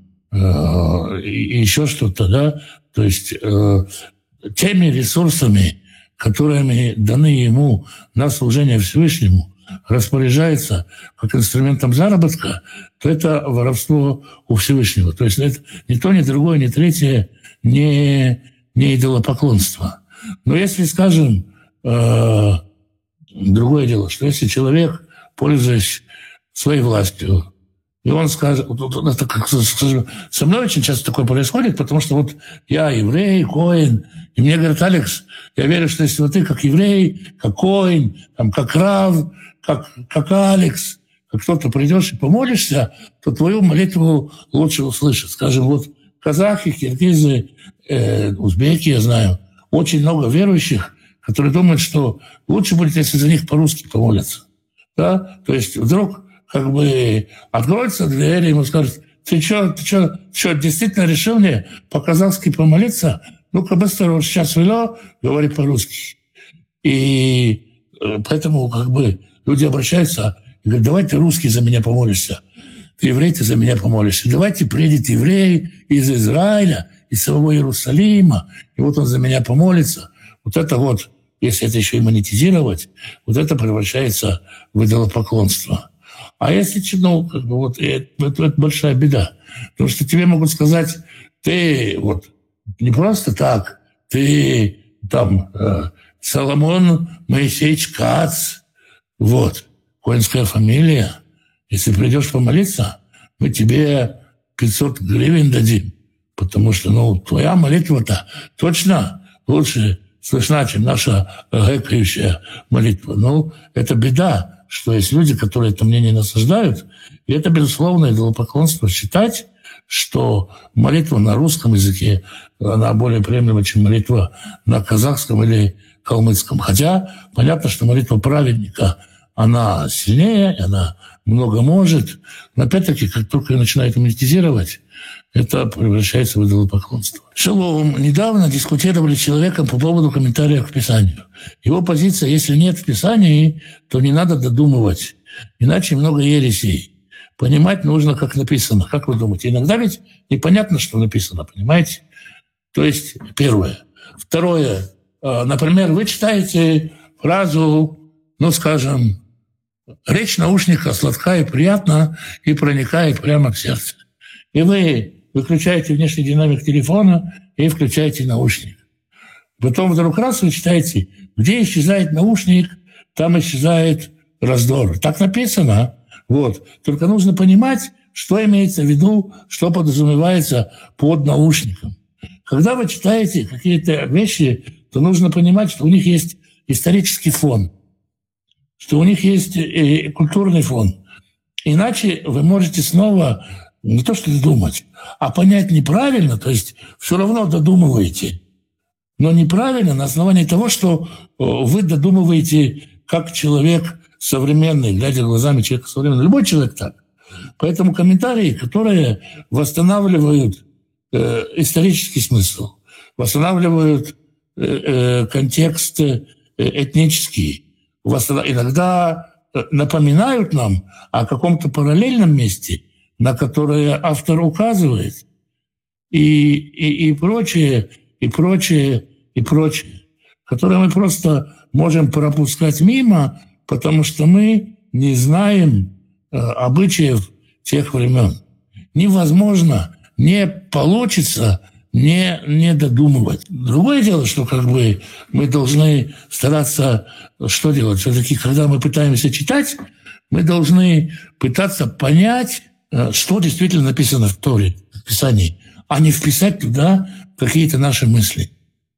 э, еще что-то, да, то есть э, теми ресурсами, которыми даны ему на служение Всевышнему, распоряжается как инструментом заработка, то это воровство у Всевышнего. То есть это ни то, ни другое, ни третье, не, не идолопоклонство. Но если, скажем, э, другое дело, что если человек, пользуясь своей властью, и он скажет, это как, скажем, со мной очень часто такое происходит, потому что вот я еврей, коэн, и мне говорят: Алекс, я верю, что если вот ты как еврей, как коэн, там, как рав, как, как Алекс, как кто-то придешь и помолишься, то твою молитву лучше услышат. Скажем, вот казахи, киргизы, э, узбеки, я знаю, очень много верующих, которые думают, что лучше будет, если за них по-русски помолятся. Да? То есть вдруг как бы откроется дверь, и ему скажут: ты что, ты что, что, действительно решил мне по-казахски помолиться? Ну-ка быстро, сейчас вело, говори по-русски. И поэтому как бы люди обращаются и говорят: давай ты русский за меня помолишься, ты еврей, ты за меня помолишься. Давайте приедет еврей из Израиля, из самого Иерусалима, и вот он за меня помолится. Вот это вот, если это еще и монетизировать, вот это превращается в идолопоклонство. А если, ну, как бы вот, это, это, это большая беда. Потому что тебе могут сказать: ты вот не просто так, ты там э, Соломон Моисеевич Кац, вот, коэнская фамилия. Если придешь помолиться, мы тебе пятьсот гривен дадим. Потому что, ну, твоя молитва-то точно лучше слышна, чем наша гэкающая молитва. Ну, это беда, что есть люди, которые это мнение насаждают. И это, безусловно, идолопоклонство. Считать, что молитва на русском языке, она более приемлема, чем молитва на казахском или калмыцком. Хотя понятно, что молитва праведника, она сильнее, она много может. Но опять-таки, как только ее начинают монетизировать, это превращается в идолопоклонство. Шалом. Недавно дискутировали с человеком по поводу комментариев к Писанию. Его позиция: если нет в Писании, то не надо додумывать, иначе много ересей. Понимать нужно, как написано. Как вы думаете? Иногда ведь непонятно, что написано, понимаете? То есть, первое. Второе. Например, вы читаете фразу, ну, скажем, речь наушника сладка и приятна и проникает прямо в сердце. И вы выключаете внешний динамик телефона и включаете наушник. Потом вдруг раз вы читаете: где исчезает наушник, там исчезает раздор. Так написано. Вот. Только нужно понимать, что имеется в виду, что подразумевается под наушником. Когда вы читаете какие-то вещи, то нужно понимать, что у них есть исторический фон, что у них есть и культурный фон. Иначе вы можете снова не то что думать, а понять неправильно, то есть все равно додумываете, но неправильно на основании того, что вы додумываете как человек современный, глядя глазами человека современного. Любой человек так. Поэтому комментарии, которые восстанавливают э, исторический смысл, восстанавливают э, э, контекст э, этнический, восстанов... иногда напоминают нам о каком-то параллельном месте, на которое автор указывает, и, и, и прочее, и прочее, и прочее, которые мы просто можем пропускать мимо, потому что мы не знаем э, обычаев тех времен. Невозможно, не получится не, не додумывать. Другое дело, что как бы мы должны стараться что делать? Все-таки, когда мы пытаемся читать, мы должны пытаться понять, что действительно написано в Торе, в Писании, а не вписать туда какие-то наши мысли.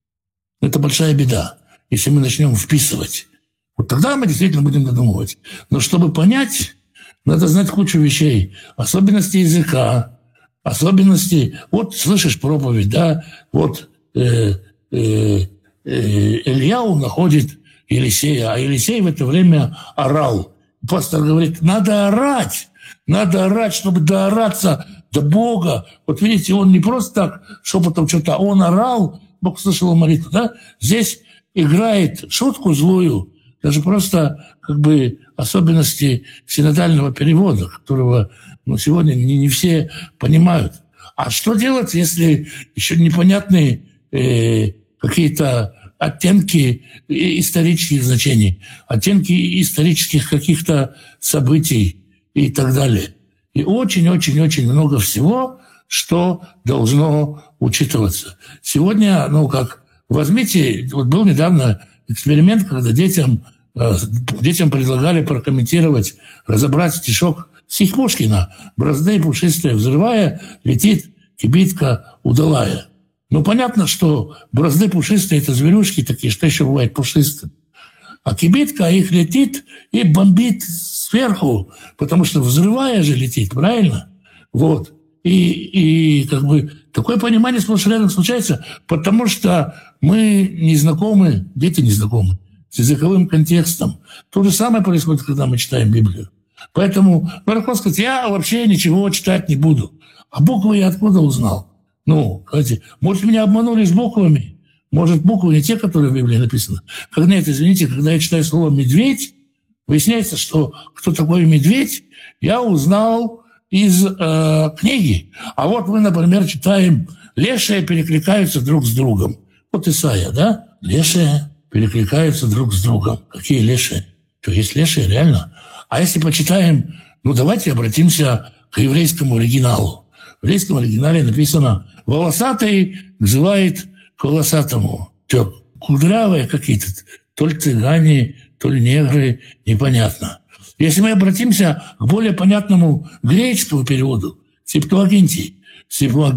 Это большая беда, если мы начнем вписывать. Вот тогда мы действительно будем додумывать. Но чтобы понять, надо знать кучу вещей, особенности языка, особенности... Вот слышишь проповедь, да, вот э, э, э, Ильяу находит Елисея, а Елисей в это время орал. Пастор говорит, надо орать, надо орать, чтобы доораться до Бога. Вот видите, он не просто так шепотом что-то, а он орал, Бог слышал молитву, да? Здесь играет шутку злую, даже просто как бы особенности синодального перевода, которого ну, сегодня не, не все понимают. А что делать, если еще непонятные э, какие-то оттенки исторических значений, оттенки исторических каких-то событий и так далее. И очень-очень-очень много всего, что должно учитываться. Сегодня, ну как, возьмите, вот был недавно эксперимент, когда детям, э, детям предлагали прокомментировать, разобрать стишок стих Пушкина «Бразды пушистые взрывая, летит кибитка удалая». Ну, понятно, что бразды пушистые – это зверюшки такие, что еще бывает пушистым. А кибитка их летит и бомбит сверху, потому что взрывая же летит, правильно? Вот. И, и как бы такое понимание сплошь и рядом случается, потому что мы не знакомы, дети не знакомы с языковым контекстом. То же самое происходит, когда мы читаем Библию. Поэтому, ну, легко сказать, я вообще ничего читать не буду. А буквы я откуда узнал? Ну, знаете, может, меня обманули с буквами? Может, буквы не те, которые в Библии написаны? Когда, нет, извините, когда я читаю слово «медведь», выясняется, что кто такой медведь, я узнал из э, книги. А вот мы, например, читаем «лешие перекликаются друг с другом». Вот Исайя, да? Лешие перекликаются друг с другом. Какие лешие? Что, есть лешие, реально? А если почитаем, ну, давайте обратимся к еврейскому оригиналу. В еврейском оригинале написано «волосатый взывает к волосатому». Что, кудрявые какие-то, то ли цыгане, то ли негры, непонятно. Если мы обратимся к более понятному греческому переводу, Септуагинте, в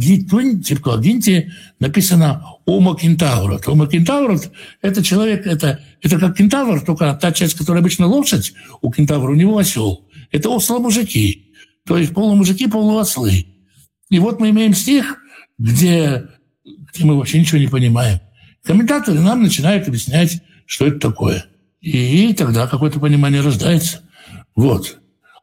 Септуагинте написано «Homo Kentaurus». Homo Kentaurus – это человек, это, это как кентавр, только та часть, которая обычно лошадь, у кентавра у него осел. Это осло-мужики, то есть полумужики, полуослы. И вот мы имеем стих, где, где мы вообще ничего не понимаем. Комментаторы нам начинают объяснять, что это такое. И тогда какое-то понимание рождается. Вот.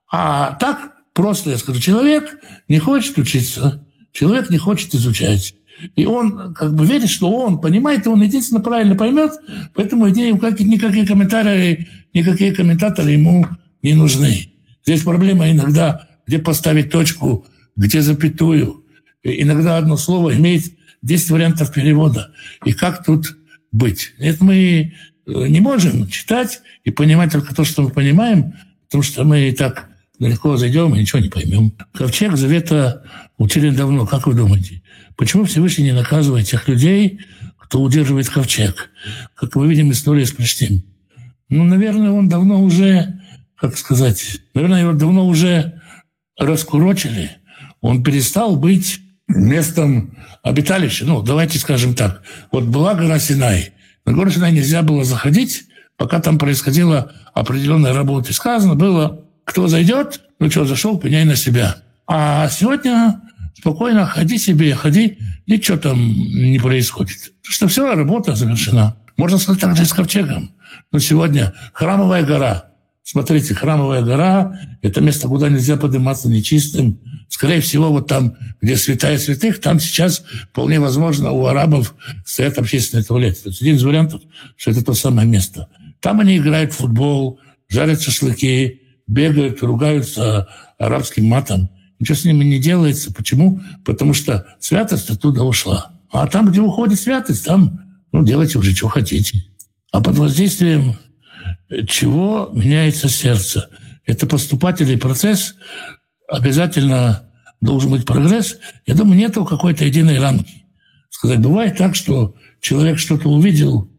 А так просто, я скажу, человек не хочет учиться, человек не хочет изучать. И он как бы верит, что он понимает, и он единственно правильно поймет, поэтому идеи, никакие комментарии, никакие комментаторы ему не нужны. Здесь проблема иногда, где поставить точку, где запятую. Иногда одно слово имеет десять вариантов перевода. И как тут быть? Это мы не можем читать и понимать только то, что мы понимаем, потому что мы и так далеко зайдем и ничего не поймем. Ковчег Завета учили давно. Как вы думаете? Почему Всевышний не наказывает тех людей, кто удерживает ковчег? Как мы видим, история с Плештим. Ну, наверное, он давно уже, как сказать, наверное, его давно уже раскурочили. Он перестал быть местом обиталища. Ну, давайте скажем так. Вот была гора Синай. На гору Синай нельзя было заходить, пока там происходила определенная работа. И сказано было, кто зайдет, ну что, зашел, пеняй на себя. А сегодня спокойно ходи себе, ходи, ничего там не происходит. Потому что все, работа завершена. Можно сказать так же и с ковчегом. Но сегодня Храмовая гора. Смотрите, Храмовая гора – это место, куда нельзя подниматься нечистым. Скорее всего, вот там, где святая святых, там сейчас вполне возможно у арабов стоят общественные туалеты. Это один из вариантов, что это то самое место. Там они играют в футбол, жарят шашлыки, бегают, ругаются арабским матом. Ничего с ними не делается. Почему? Потому что святость оттуда ушла. А там, где уходит святость, там, ну, делайте уже, что хотите. А под воздействием чего меняется сердце? Это поступательный процесс обязательно должен быть прогресс. Я думаю, нету какой-то единой рамки. Сказать, бывает так, что человек что-то увидел,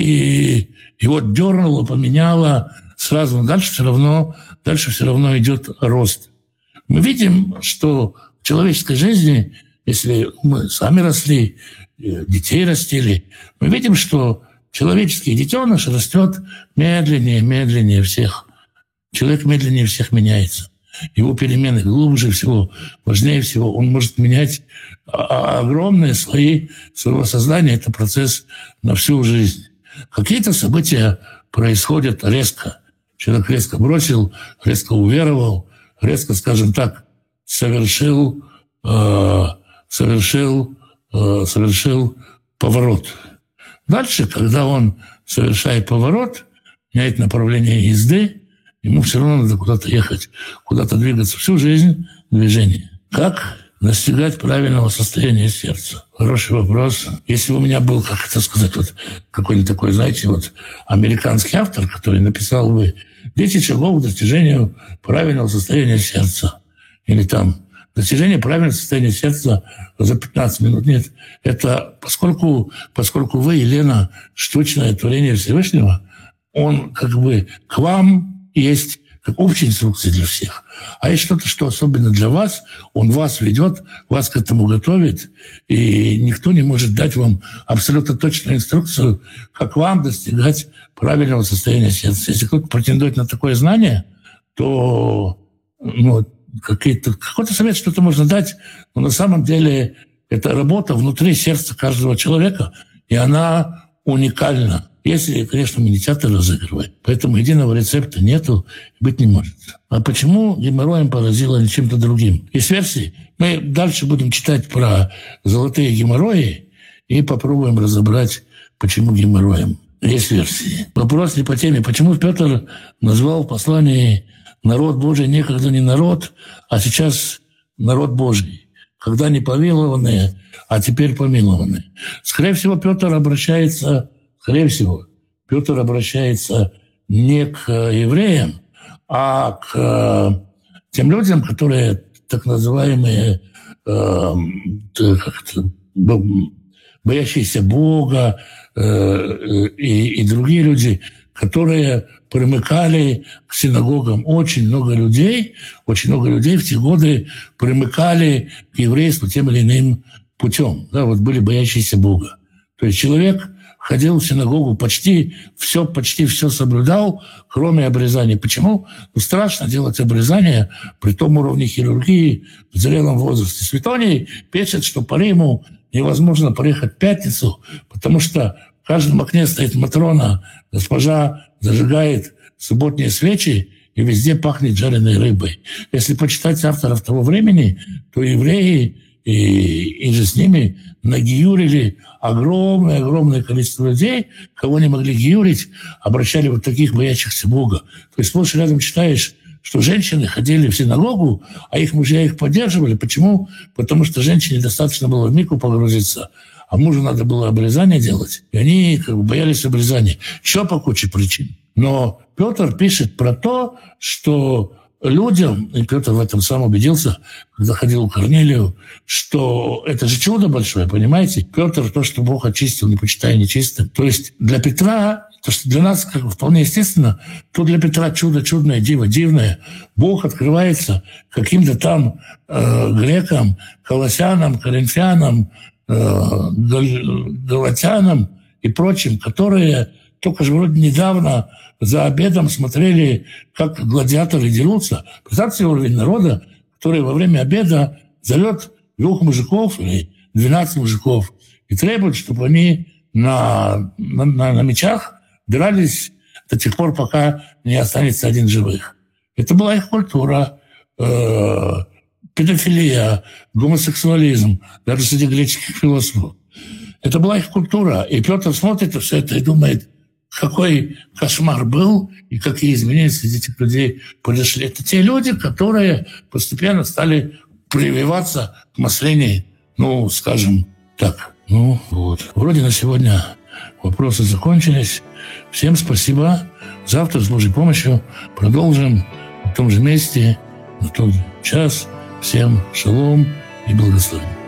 и его дернуло, поменяло сразу, но дальше все равно, дальше все равно идет рост. Мы видим, что в человеческой жизни, если мы сами росли, детей растили, мы видим, что человеческий детеныш растет медленнее, медленнее всех. Человек медленнее всех меняется. Его перемены глубже всего, важнее всего. Он может менять огромные слои своего сознания. Это процесс на всю жизнь. Какие-то события происходят резко. Человек резко бросил, резко уверовал, резко, скажем так, совершил, э, совершил, э, совершил поворот. Дальше, когда он совершает поворот, меняет направление езды, ему все равно надо куда-то ехать, куда-то двигаться. Всю жизнь движение. Как достигать правильного состояния сердца? Хороший вопрос. Если бы у меня был, как это сказать, вот какой-нибудь такой, знаете, вот американский автор, который написал бы десять шагов к достижению правильного состояния сердца. Или там достижение правильного состояния сердца за пятнадцать минут. Нет, это поскольку, поскольку вы, Елена, штучное творение Всевышнего, он как бы к вам есть как общая инструкция для всех. А есть что-то, что особенно для вас, он вас ведет, вас к этому готовит, и никто не может дать вам абсолютно точную инструкцию, как вам достигать правильного состояния сердца. Если кто-то претендует на такое знание, то ну, какие-то, какой-то совет что-то можно дать, но на самом деле это работа внутри сердца каждого человека, и она уникальна. Если, конечно, мы не театр разыгрываем. Поэтому единого рецепта нету, быть не может. А почему геморроем поразило не чем-то другим? Есть версии. Мы дальше будем читать про золотые геморрои и попробуем разобрать, почему геморроем. Есть версии. Вопрос не по теме. Почему Петр назвал в послании народ Божий некогда не народ, а сейчас народ Божий? Когда не помилованные, а теперь помилованные. Скорее всего, Петр обращается... Скорее всего, Петр обращается не к евреям, а к тем людям, которые так называемые э, как-то, боящиеся Бога э, и, и другие люди, которые примыкали к синагогам. Очень много людей, очень много людей в те годы примыкали к еврейству тем или иным путем. Да, вот были боящиеся Бога. То есть человек ходил в синагогу, почти все, почти все соблюдал, кроме обрезания. Почему? Ну, страшно делать обрезание при том уровне хирургии в зрелом возрасте. Светоний пишет, что по Риму невозможно проехать в пятницу, потому что в каждом окне стоит Матрона, госпожа зажигает субботние свечи, и везде пахнет жареной рыбой. Если почитать авторов того времени, то евреи и, и же с ними нагиюрили огромное-огромное количество людей, кого не могли гиюрить, обращали вот таких боящихся Бога. То есть сплошь рядом читаешь, что женщины ходили в синагогу, а их мужья их поддерживали. Почему? Потому что женщине достаточно было в микву погрузиться, а мужу надо было обрезание делать. И они как бы боялись обрезания. Еще по куче причин. Но Петр пишет про то, что людям, и Петр в этом сам убедился, когда ходил к Корнелию, что это же чудо большое, понимаете? Петр, то, что Бог очистил, не почитая нечистым. То есть для Петра, то, что для нас как бы вполне естественно, то для Петра чудо чудное, диво дивное. Бог открывается каким-то там э, грекам, колоссянам, коринфянам, э, галатянам и прочим, которые только же вроде недавно за обедом смотрели, как гладиаторы дерутся. Представьте уровень народа, который во время обеда зовет двух мужиков или двенадцать мужиков и требует, чтобы они на, на, на мечах дрались до тех пор, пока не останется один живых. Это была их культура. Э, педофилия, гомосексуализм, даже среди греческих философов. Это была их культура. И Петр смотрит на все это и думает, какой кошмар был и какие изменения среди этих людей произошли. Это те люди, которые постепенно стали прививаться к маслении, ну, скажем так. Ну, вот. Вроде на сегодня вопросы закончились. Всем спасибо. Завтра с Божьей помощью продолжим в том же месте на тот же час. Всем шалом и благословение.